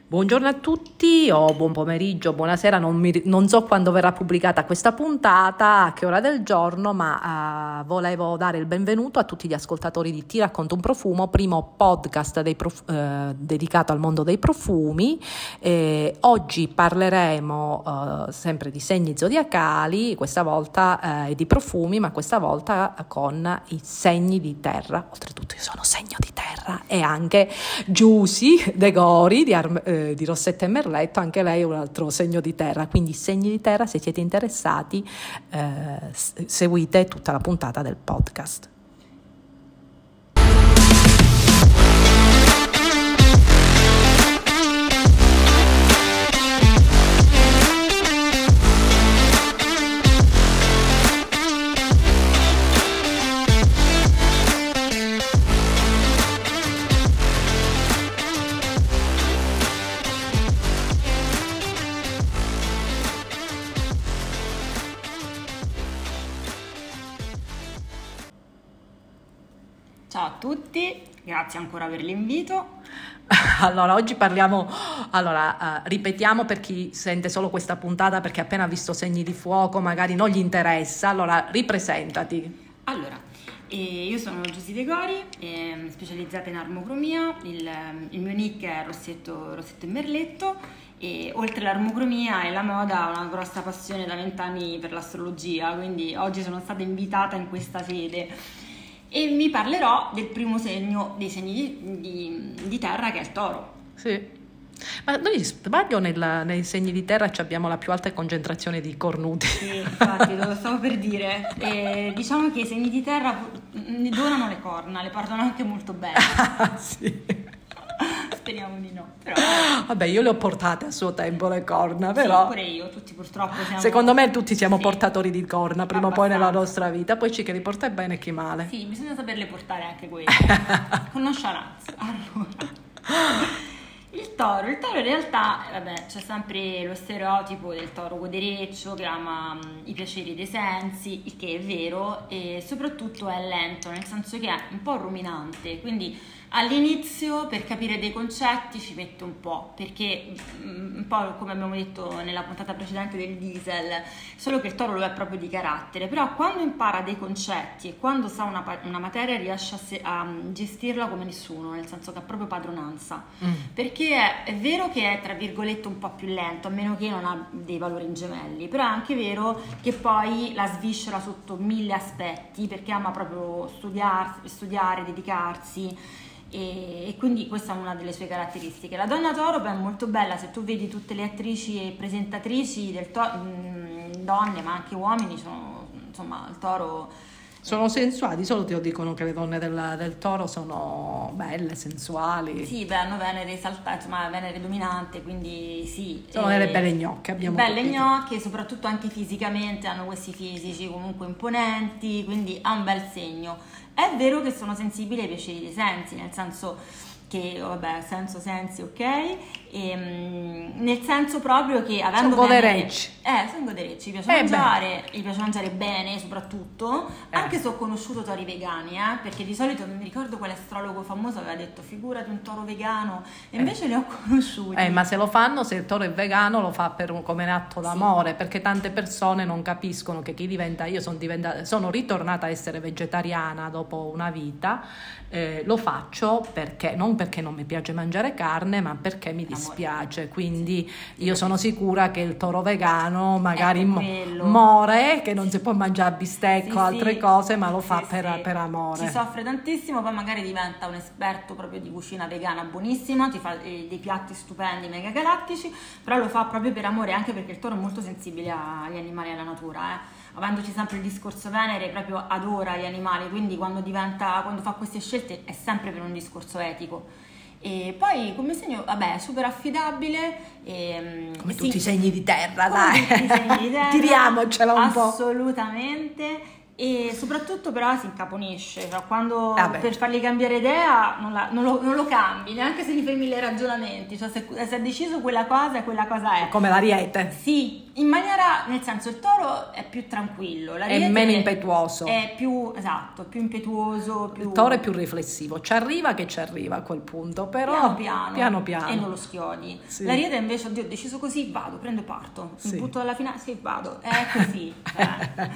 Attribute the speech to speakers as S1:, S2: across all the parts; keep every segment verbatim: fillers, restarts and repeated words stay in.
S1: Buongiorno a tutti o buon pomeriggio, buonasera, non, mi, non so quando verrà pubblicata questa puntata, a che ora del giorno, ma uh, volevo dare il benvenuto a tutti gli ascoltatori di Ti racconto un profumo, primo podcast dei prof, uh, dedicato al mondo dei profumi. E oggi parleremo uh, sempre di segni zodiacali, questa volta uh, di profumi, ma questa volta con i segni di terra. Oltretutto io sono segno di terra e anche Giusy De Gori di Arme- di Rossetta e Merletto, anche lei è un altro segno di terra, quindi segni di terra, se siete interessati eh, seguite tutta la puntata del podcast.
S2: Ciao a tutti, grazie ancora per l'invito.
S1: Allora, oggi parliamo, allora, uh, ripetiamo per chi sente solo questa puntata perché appena ha visto segni di fuoco magari non gli interessa, allora ripresentati.
S2: Allora, eh, io sono Giusy De Gori, eh, specializzata in armocromia, il, il mio nick è Rossetto, Rossetto e Merletto e oltre all'armocromia e la moda ho una grossa passione da vent'anni per l'astrologia, quindi oggi sono stata invitata in questa sede. E vi parlerò del primo segno dei segni di, di, di terra, che è il toro.
S1: Sì, ma noi sbaglio nella, nei segni di terra abbiamo la più alta concentrazione di cornuti.
S2: Sì, infatti lo stavo per dire. E diciamo che i segni di terra ne donano le corna, le parlano anche molto bene.
S1: Sì.
S2: Speriamo di no. Però...
S1: Vabbè, io le ho portate a suo tempo le corna, però...
S2: Sì, pure io, tutti purtroppo siamo...
S1: Secondo me tutti siamo
S2: sì.
S1: portatori di corna, prima o poi nella nostra vita, poi c'è chi li porta bene e chi male.
S2: Sì, bisogna saperle portare anche quelle. Con nonchalance. Allora... Il toro, il toro in realtà, vabbè, c'è sempre lo stereotipo del toro godereccio che ama mh, i piaceri dei sensi, il che è vero, e soprattutto è lento, nel senso che è un po' ruminante, quindi all'inizio per capire dei concetti ci mette un po', perché mh, un po' come abbiamo detto nella puntata precedente del diesel, solo che il toro lo è proprio di carattere, però quando impara dei concetti e quando sa una, una materia riesce a, se, a gestirla come nessuno, nel senso che ha proprio padronanza, mm. perché è, è vero che è tra virgolette un po' più lento, a meno che non ha dei valori in gemelli, però è anche vero che poi la sviscera sotto mille aspetti, perché ama proprio studiar, studiare, dedicarsi. E, e quindi questa è una delle sue caratteristiche. La donna toro è molto bella, se tu vedi tutte le attrici e presentatrici del toro, donne ma anche uomini, sono, insomma il toro
S1: sono sensuali, di solito dicono che le donne del, del toro sono belle, sensuali.
S2: Sì, beh, hanno Venere esaltata, insomma Venere dominante, quindi sì.
S1: Sono delle belle gnocche, abbiamo
S2: Belle
S1: capito.
S2: gnocche, soprattutto anche fisicamente, hanno questi fisici comunque imponenti, quindi ha un bel segno. È vero che sono sensibili ai piaceri dei sensi, nel senso che, vabbè, senso, sensi, ok? E, mh, nel senso proprio che avendo
S1: sono goderecci.
S2: Eh, sono goderecci, gli piace
S1: eh
S2: mangiare, gli piace mangiare bene soprattutto,
S1: eh.
S2: anche se ho conosciuto tori vegani, eh, perché di solito non mi ricordo quale astrologo famoso aveva detto figurati un toro vegano, e invece eh. li ho conosciuti.
S1: Eh, ma se lo fanno, se il toro è vegano lo fa per un, come un atto d'amore, sì. Perché tante persone non capiscono che chi diventa, io sono diventata, sono ritornata a essere vegetariana dopo una vita, eh, lo faccio perché, non perché non mi piace mangiare carne, ma perché mi dispiace, quindi sì. Io sono sicura che il toro vegano magari mo- muore, che non si può mangiare bistecca o sì, altre sì. cose, ma lo fa sì, per, sì. per amore.
S2: Si soffre tantissimo, poi magari diventa un esperto proprio di cucina vegana buonissima, ti fa eh, dei piatti stupendi, mega galattici, però lo fa proprio per amore, anche perché il toro è molto sensibile agli animali e alla natura, eh. Avendoci sempre il discorso Venere, proprio adora gli animali, quindi quando diventa, quando fa queste scelte è sempre per un discorso etico. E poi come segno, vabbè, super affidabile e,
S1: come
S2: sì,
S1: tutti i segni di terra,
S2: come
S1: dai,
S2: tutti i segni di terra,
S1: tiriamocela un
S2: assolutamente. E soprattutto però si incaponisce, cioè quando
S1: Ah,
S2: per fargli cambiare idea non, la- non lo, non lo cambi, neanche se gli fermi i ragionamenti, cioè se, se ha deciso quella cosa, quella cosa è.
S1: Come l'ariete.
S2: Sì, in maniera, nel senso il toro è più tranquillo,
S1: È
S2: l'ariete
S1: meno impetuoso.
S2: È più, esatto, più impetuoso, più...
S1: Il toro è più riflessivo, ci arriva che ci arriva a quel punto, però
S2: piano piano,
S1: piano, piano.
S2: e non lo schiodi.
S1: Sì.
S2: L'ariete invece, oddio, ho deciso così, vado, prendo e parto,
S1: Sì.
S2: mi butto dalla finestra, sì, vado, è così. Cioè.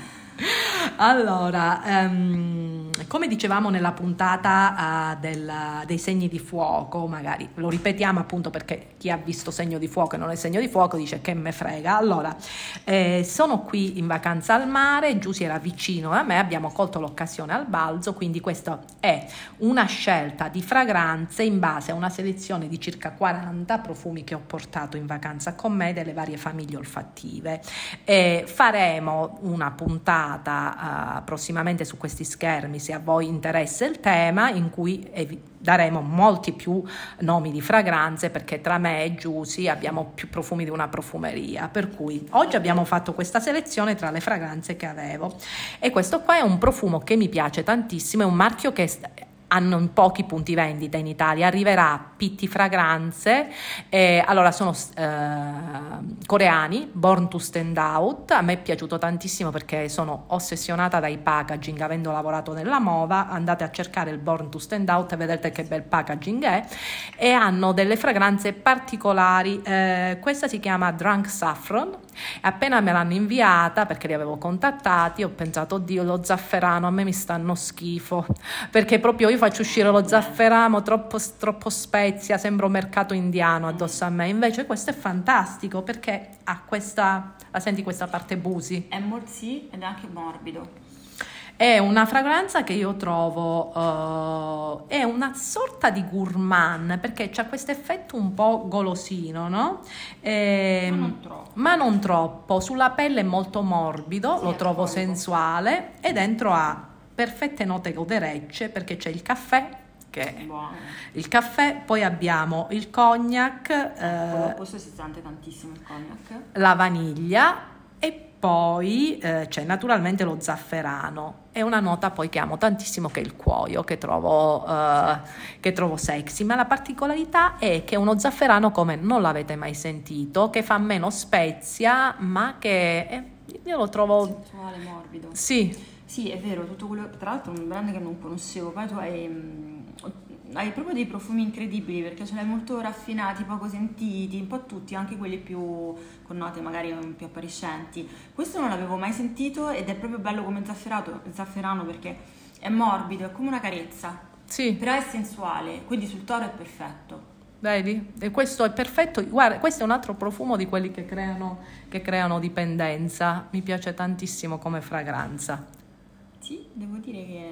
S1: Allora, ehm, come dicevamo nella puntata eh, del- dei segni di fuoco, magari lo ripetiamo appunto perché chi ha visto segno di fuoco e non è segno di fuoco dice che me frega. Allora, eh, sono qui in vacanza al mare, Giusy era vicino a me, abbiamo colto l'occasione al balzo, quindi questa è una scelta di fragranze in base a una selezione di circa quaranta profumi che ho portato in vacanza con me delle varie famiglie olfattive. E faremo una puntata eh, prossimamente su questi schermi, se a voi interessa il tema, in cui evi- daremo molti più nomi di fragranze, perché tra me e Giusy abbiamo più profumi di una profumeria, per cui oggi abbiamo fatto questa selezione tra le fragranze che avevo, e questo qua è un profumo che mi piace tantissimo, è un marchio che st- hanno in pochi punti vendita in Italia, arriverà Pitti Fragranze, eh, allora sono eh, coreani, Born to Stand Out, a me è piaciuto tantissimo perché sono ossessionata dai packaging, avendo lavorato nella moda, andate a cercare il Born to Stand Out e vedete che bel packaging è, e hanno delle fragranze particolari, eh, questa si chiama Drunk Saffron, appena me l'hanno inviata, perché li avevo contattati, ho pensato, oddio, lo zafferano, a me mi stanno schifo, perché proprio io faccio uscire lo zafferano troppo, troppo spezia, sembra un mercato indiano addosso a me, invece questo è fantastico perché ha questa, la senti questa parte busi?
S2: È molto sì, ed è anche morbido.
S1: È una fragranza che io trovo, eh, è una sorta di gourmand, perché c'ha questo effetto un po' golosino, no? Ehm,
S2: Ma non troppo.
S1: ma non troppo. Sulla pelle è molto morbido,
S2: Sì,
S1: lo
S2: è
S1: trovo
S2: alcolico.
S1: sensuale, e dentro ha perfette note goderecce, perché c'è il caffè, che è
S2: Buono.
S1: il caffè, poi abbiamo il cognac,
S2: Quello
S1: eh,
S2: questo si sente tantissimo il cognac.
S1: la vaniglia, e poi eh, c'è naturalmente lo zafferano, e una nota poi che amo tantissimo che è il cuoio, che trovo, eh, che trovo sexy, ma la particolarità è che è uno zafferano come non l'avete mai sentito, che fa meno spezia, ma che è- io lo trovo,
S2: Sensuale, morbido.
S1: sì,
S2: Sì, è vero, tutto quello. Tra l'altro è un brand che non conoscevo. Poi tu hai, mm, hai proprio dei profumi incredibili perché ce l'hai molto raffinati, poco sentiti, un po' tutti, anche quelli più con note magari più appariscenti. Questo non l'avevo mai sentito ed è proprio bello come zafferato, zafferano perché è morbido, è come una carezza,
S1: sì,
S2: però è sensuale, quindi sul toro è perfetto.
S1: vedi? E questo è perfetto. Guarda, questo è un altro profumo di quelli che creano, che creano dipendenza. Mi piace tantissimo come fragranza.
S2: Sì, devo dire che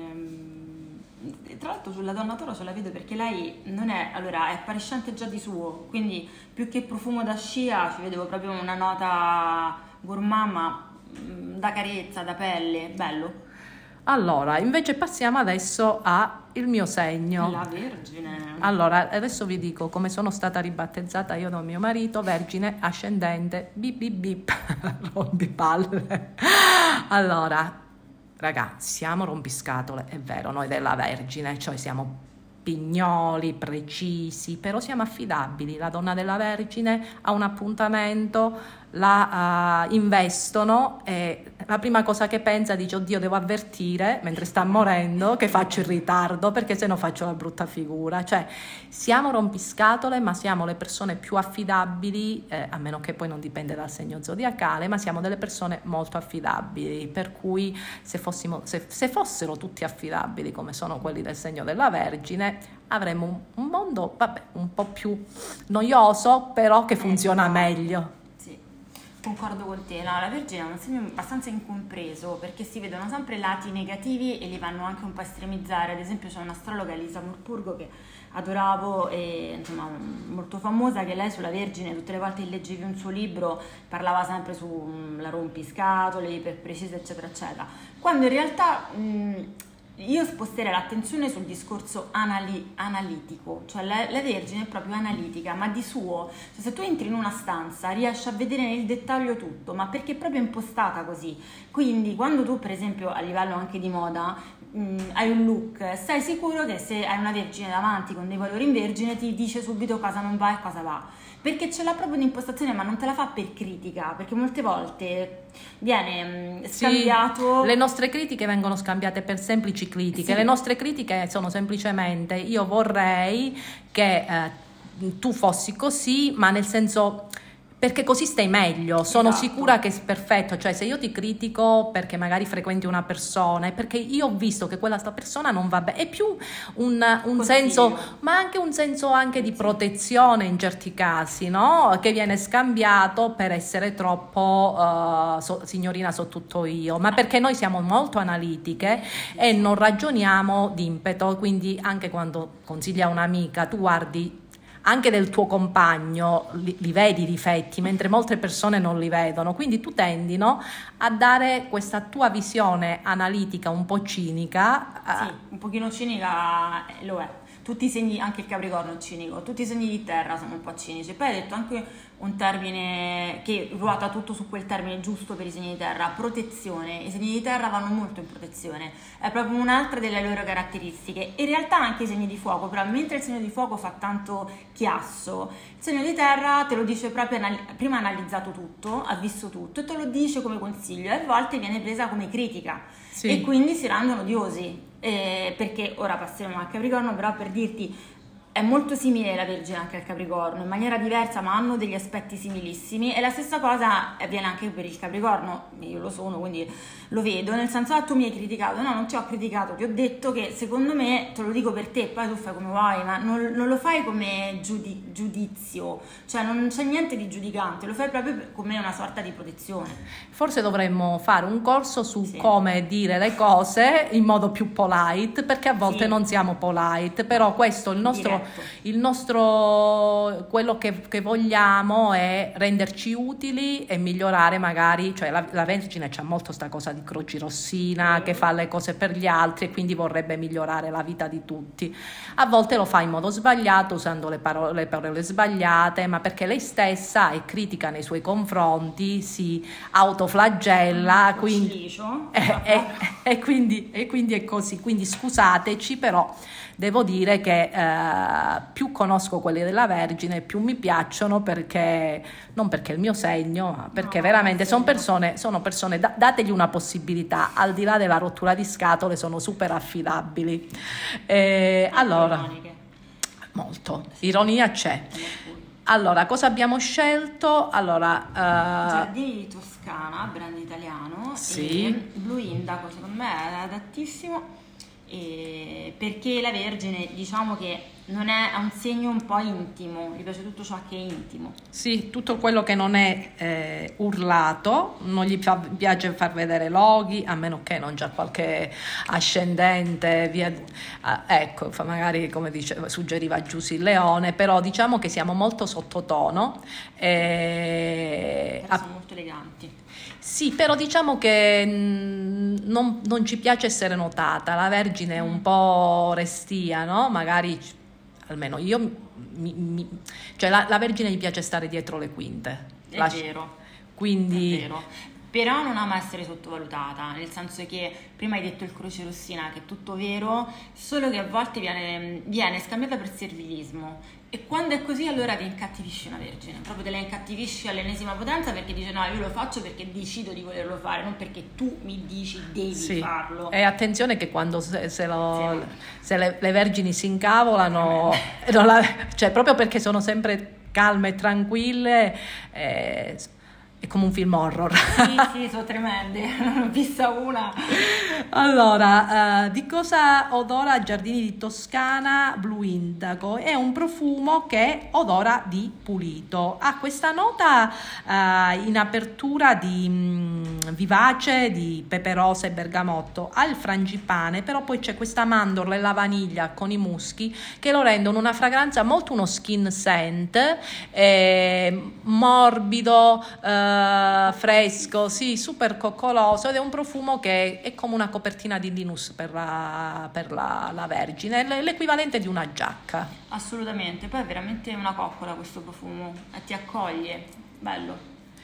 S2: mm, tra l'altro sulla donna toro ce la vedo perché lei non è, allora è appariscente già di suo, quindi più che profumo da scia ci vedevo proprio una nota gourmand, ma mm, da carezza, da pelle, bello.
S1: Allora, invece passiamo adesso al mio segno.
S2: La Vergine.
S1: Allora, adesso vi dico come sono stata ribattezzata io da mio marito, Vergine ascendente, bip bip bip, rompipalle. Allora, raga, siamo rompiscatole, è vero, noi della Vergine, cioè siamo pignoli, precisi, però siamo affidabili. La donna della Vergine ha un appuntamento, la uh, investono e la prima cosa che pensa dice oddio devo avvertire mentre sta morendo che faccio il ritardo perché se no faccio la brutta figura. Cioè siamo rompiscatole, ma siamo le persone più affidabili, eh, a meno che poi non dipende dal segno zodiacale, ma siamo delle persone molto affidabili, per cui se fossimo se, se fossero tutti affidabili come sono quelli del segno della Vergine avremmo un, un mondo vabbè un po' più noioso, però che funziona meglio.
S2: Concordo con te, no, la Vergine è un segno abbastanza incompreso perché si vedono sempre lati negativi e li vanno anche un po' a estremizzare. Ad esempio c'è un'astrologa, Elisa Morpurgo, che adoravo e insomma molto famosa, che lei sulla Vergine tutte le volte che leggevi un suo libro parlava sempre sulla rompiscatole, iperprecisa eccetera eccetera, quando in realtà mh, io sposterei l'attenzione sul discorso anali- analitico, cioè la, la Vergine è proprio analitica, ma di suo, cioè se tu entri in una stanza riesci a vedere nel dettaglio tutto, ma perché è proprio impostata così. Quindi quando tu per esempio a livello anche di moda mh, hai un look, stai sicuro che se hai una Vergine davanti con dei valori in Vergine ti dice subito cosa non va e cosa va. Perché ce l'ha proprio un'impostazione, ma non te la fa per critica, perché molte volte viene mh, scambiato.
S1: Sì, le nostre critiche vengono scambiate per semplici critiche. Sì. Le nostre critiche sono semplicemente: io vorrei che eh, tu fossi così, ma nel senso, perché così stai meglio. Sono esatto. sicura che è perfetto, cioè se io ti critico perché magari frequenti una persona è perché io ho visto che quella persona non va bene, è più un, un senso, ma anche un senso anche di protezione in certi casi, no? Che viene scambiato per essere troppo uh, so, signorina so tutto io, ma perché noi siamo molto analitiche e non ragioniamo d'impeto, quindi anche quando consiglia un'amica tu guardi anche del tuo compagno, li, li vedi i difetti, mentre molte persone non li vedono, quindi tu tendi, no, a dare questa tua visione analitica un po' cinica.
S2: Sì, un pochino cinica lo è. Tutti i segni, anche il Capricorno è cinico, tutti i segni di terra sono un po' cinici. Poi hai detto anche un termine che ruota tutto su quel termine giusto per i segni di terra: protezione. I segni di terra vanno molto in protezione, è proprio un'altra delle loro caratteristiche. In realtà anche i segni di fuoco, però mentre il segno di fuoco fa tanto chiasso, il segno di terra te lo dice proprio, anali- prima ha analizzato tutto, ha visto tutto e te lo dice come consiglio, e a volte viene presa come critica. Sì. E quindi si rendono odiosi. Eh, perché ora passeremo al Capricorno, però per dirti è molto simile la Vergine anche al Capricorno in maniera diversa, ma hanno degli aspetti similissimi, e la stessa cosa avviene anche per il Capricorno. Io lo sono, quindi lo vedo, nel senso: ah, tu mi hai criticato. No, non ti ho criticato, ti ho detto che secondo me, te lo dico per te, poi tu fai come vuoi, ma non, non lo fai come giudi- giudizio, cioè non c'è niente di giudicante, lo fai proprio come una sorta di protezione.
S1: Forse dovremmo fare un corso su
S2: sì.
S1: come dire le cose in modo più polite, perché a volte sì. non siamo polite, però questo il nostro, il nostro quello che, che vogliamo è renderci utili e migliorare magari, cioè la, la Vergine c'ha molto sta cosa di croci rossina, che fa le cose per gli altri e quindi vorrebbe migliorare la vita di tutti. A volte lo fa in modo sbagliato, usando le parole, le parole sbagliate, ma perché lei stessa è critica nei suoi confronti, si autoflagella, quindi, e, e, e, quindi, e quindi è così. Quindi scusateci, però devo dire che eh, più conosco quelli della Vergine, più mi piacciono, perché non perché è il mio segno, ma perché no, veramente sono persone, sono persone da, dategli una possibilità, al di là della rottura di scatole sono super affidabili. Eh, allora,
S2: ironiche.
S1: Molto, ironia c'è. Allora, cosa abbiamo scelto? Allora, uh,
S2: Giardini di Toscana, brand italiano,
S1: sì.
S2: E Blue Indaco, secondo me è adattissimo. E perché la Vergine, diciamo che non è, ha un segno un po' intimo, gli piace tutto ciò che è intimo.
S1: Sì, tutto quello che non è eh, urlato, non gli fa, piace far vedere loghi, a meno che non già qualche ascendente, via, eh, ecco, magari come dice, suggeriva Giusy Leone, però diciamo che siamo molto sottotono. Eh,
S2: però sono molto eleganti.
S1: Sì, però diciamo che non, non ci piace essere notata, la Vergine è un po' restia, no? Magari, almeno io, mi, mi, cioè la, la Vergine gli piace stare dietro le quinte.
S2: È
S1: la,
S2: vero,
S1: quindi...
S2: è vero. Però non ama essere sottovalutata, nel senso che prima hai detto il croce rossina, che è tutto vero, solo che a volte viene, viene scambiata per servilismo, e quando è così allora ti incattivisci una Vergine, proprio te la incattivisci all'ennesima potenza, perché dice no, io lo faccio perché decido di volerlo fare, non perché tu mi dici devi
S1: sì.
S2: farlo.
S1: E attenzione che quando se, se, lo, sì. se le, le Vergini si incavolano, non la, cioè proprio perché sono sempre calme e tranquille, eh, è come un film horror.
S2: Sì, sì, sono tremende, non ho vista una.
S1: Allora, uh, di cosa odora Giardini di Toscana Blue Indaco? È un profumo che odora di pulito. Ha questa nota uh, in apertura di mh, vivace, di pepe rosa e bergamotto, ha il frangipane, però poi c'è questa mandorla e la vaniglia con i muschi che lo rendono una fragranza molto uno skin scent, eh, morbido, uh, uh, fresco, sì, super coccoloso, ed è un profumo che è come una copertina di Linus per la, per la, la Vergine, è l'equivalente di una giacca.
S2: Assolutamente, poi è veramente una coccola questo profumo, e ti accoglie, bello.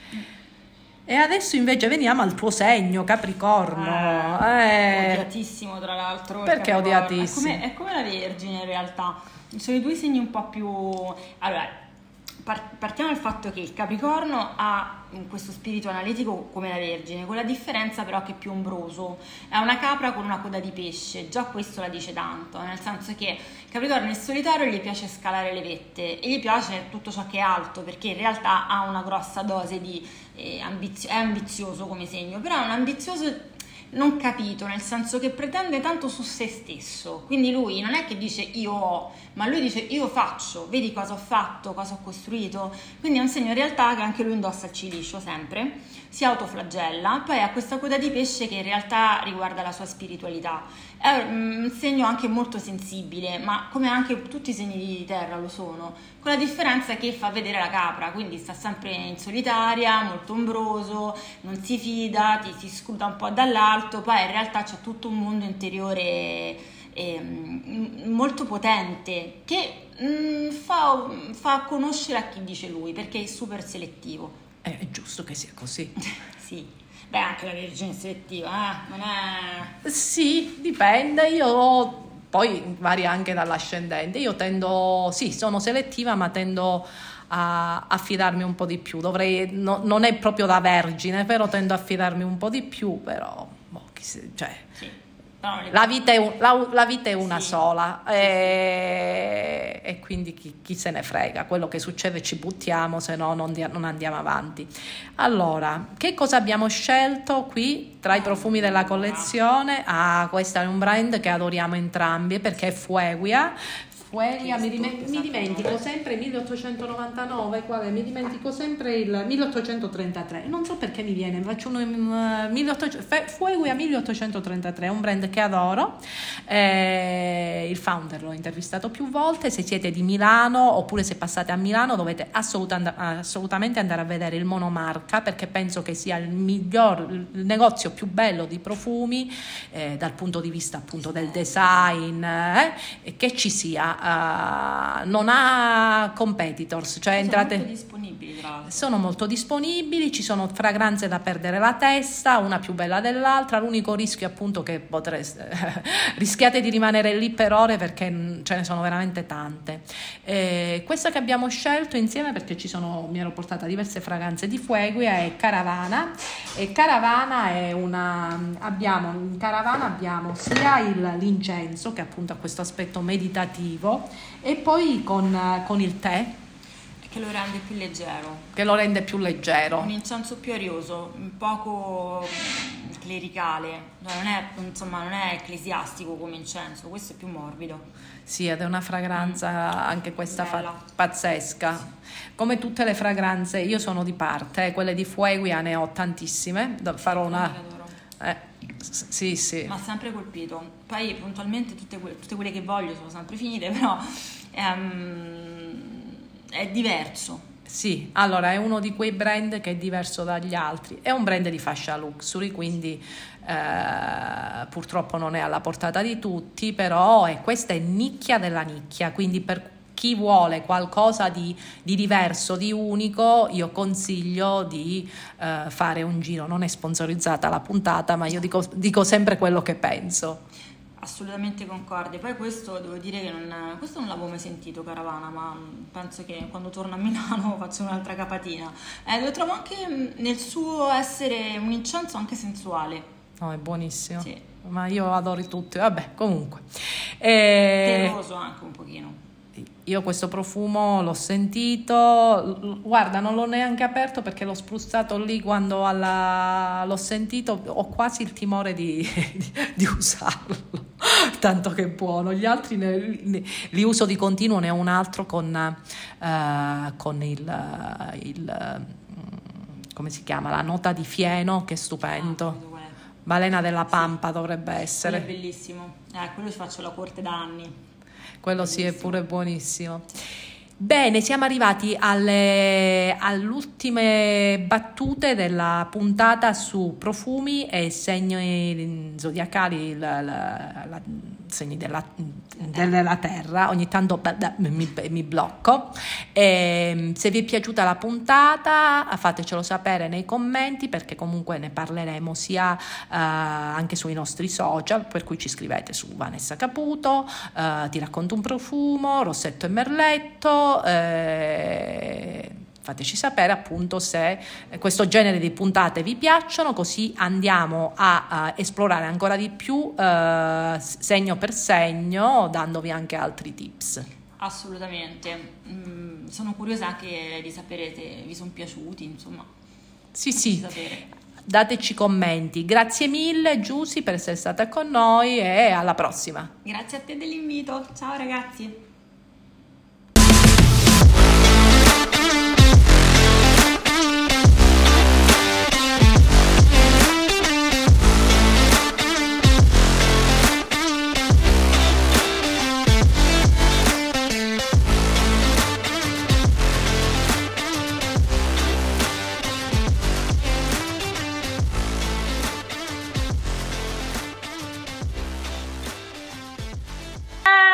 S1: E adesso invece veniamo al tuo segno, Capricorno.
S2: Eh, eh, odiatissimo tra l'altro.
S1: Perché odiatissimo?
S2: È come, è come la Vergine in realtà. Sono i due segni un po' più... Allora, partiamo dal fatto che il Capricorno ha questo spirito analitico come la Vergine, con la differenza però che è più ombroso, è una capra con una coda di pesce, già questo la dice tanto, nel senso che Capricorno è solitario, gli piace scalare le vette e gli piace tutto ciò che è alto, perché in realtà ha una grossa dose di eh, ambizio, è ambizioso come segno, però è un ambizioso non capito, nel senso che pretende tanto su se stesso, quindi lui non è che dice io ho, ma lui dice io faccio, vedi cosa ho fatto, cosa ho costruito, quindi è un segno in realtà che anche lui indossa il ciliscio sempre, si autoflagella, poi ha questa coda di pesce che in realtà riguarda la sua spiritualità, è un segno anche molto sensibile, ma come anche tutti i segni di terra lo sono, con la differenza che fa vedere la capra, quindi sta sempre in solitaria, molto ombroso, non si fida, ti si scuda un po' dall'alto, poi in realtà c'è tutto un mondo interiore eh, molto potente che mh, fa, fa conoscere a chi dice lui, perché è super selettivo.
S1: È giusto che sia così.
S2: Sì. Beh, anche la Vergine è selettiva, eh? Non è...
S1: Sì, dipende, io poi varia anche dall'ascendente, io tendo, sì, sono selettiva, ma tendo a, a fidarmi un po' di più, dovrei, no, non è proprio da Vergine, però tendo a fidarmi un po' di più, però, boh, chi se, cioè...
S2: Sì.
S1: La vita è, un, la, la vita è una
S2: sì.
S1: sola e, e quindi chi, chi se ne frega, quello che succede ci buttiamo, se no non, non andiamo avanti. Allora, che cosa abbiamo scelto qui tra i profumi della collezione? Ah, questo è un brand che adoriamo entrambi perché è Fueguia. Fueguia, mi, dime, mi dimentico sempre milleottocentonovantanove, quale? Mi dimentico sempre il milleottocentotrentatré, non so perché mi viene, faccio un um, milleottocento, Fueguia milleottocentotrentatré, è un brand che adoro, eh, il founder l'ho intervistato più volte, se siete di Milano oppure se passate a Milano dovete assolut- assolutamente andare a vedere il monomarca, perché penso che sia il miglior, il negozio più bello di profumi eh, dal punto di vista appunto del design, eh, che ci sia. Uh, non ha competitors, cioè
S2: sono
S1: entrate...
S2: molto disponibili, tra l'altro.
S1: Sono molto disponibili, ci sono fragranze da perdere la testa, una più bella dell'altra, l'unico rischio appunto che potreste rischiate di rimanere lì per ore perché ce ne sono veramente tante. Eh, questa che abbiamo scelto insieme, perché ci sono, mi ero portata diverse fragranze di Fueguia, è Caravana, e Caravana è una, abbiamo in Caravana abbiamo sia il, l'incenso che appunto ha questo aspetto meditativo, e poi con, con il tè
S2: che lo rende più leggero,
S1: che lo rende più leggero,
S2: un incenso più arioso, un poco clericale, non è, insomma, non è ecclesiastico come incenso, questo è più morbido.
S1: Sì, ed è una fragranza mm. anche questa fa- pazzesca.
S2: Sì.
S1: Come tutte le fragranze, io sono di parte, eh, quelle di Fueguia ne ho tantissime, farò una... Eh, sì, sì.
S2: Ma sempre colpito. Poi puntualmente tutte, que- tutte quelle che voglio sono sempre finite, però ehm, è diverso.
S1: Sì, allora è uno di quei brand che è diverso dagli altri, è un brand di fascia luxury, quindi eh, purtroppo non è alla portata di tutti, però è, questa è nicchia della nicchia, quindi per chi vuole qualcosa di, di diverso, di unico, io consiglio di eh, fare un giro. Non è sponsorizzata la puntata, ma io dico, dico sempre quello che penso.
S2: Assolutamente concordo. Poi questo devo dire che non, questo non l'avevo mai sentito, Caravana, ma penso che quando torno a Milano faccio un'altra capatina. Eh, lo trovo anche nel suo essere un incenso anche sensuale.
S1: No, è buonissimo.
S2: Sì.
S1: Ma io adoro tutti. Vabbè, comunque. E...
S2: terroso anche un pochino.
S1: Io questo profumo l'ho sentito, guarda, non l'ho neanche aperto perché l'ho spruzzato lì quando alla, l'ho sentito, ho quasi il timore di, di, di usarlo, tanto che è buono. Gli altri ne, ne, li uso di continuo, ne ho un altro con, uh, con il, il, come si chiama, la nota di fieno, che è stupendo. Ah, Balena della Pampa, sì. Dovrebbe essere.
S2: Quello è bellissimo, eh, quello ci faccio la corte da anni.
S1: Quello sì, è pure buonissimo. Bene, siamo arrivati alle, alle ultime battute della puntata su profumi e segni zodiacali, la, la, la, segni della, della Terra. Ogni tanto mi, mi blocco. E, se vi è piaciuta la puntata, fatecelo sapere nei commenti, perché comunque ne parleremo sia uh, anche sui nostri social, per cui ci scrivete su Vanessa Caputo, uh, Ti racconto un profumo, Rossetto e Merletto. Eh, fateci sapere appunto se questo genere di puntate vi piacciono, così andiamo a, a esplorare ancora di più eh, segno per segno, dandovi anche altri tips.
S2: Assolutamente, mm, sono curiosa anche di sapere se vi sono piaciuti, insomma.
S1: Sì, sì, sapere. Dateci commenti. Grazie mille Giusy per essere stata con noi e alla prossima.
S2: Grazie a te dell'invito, ciao ragazzi.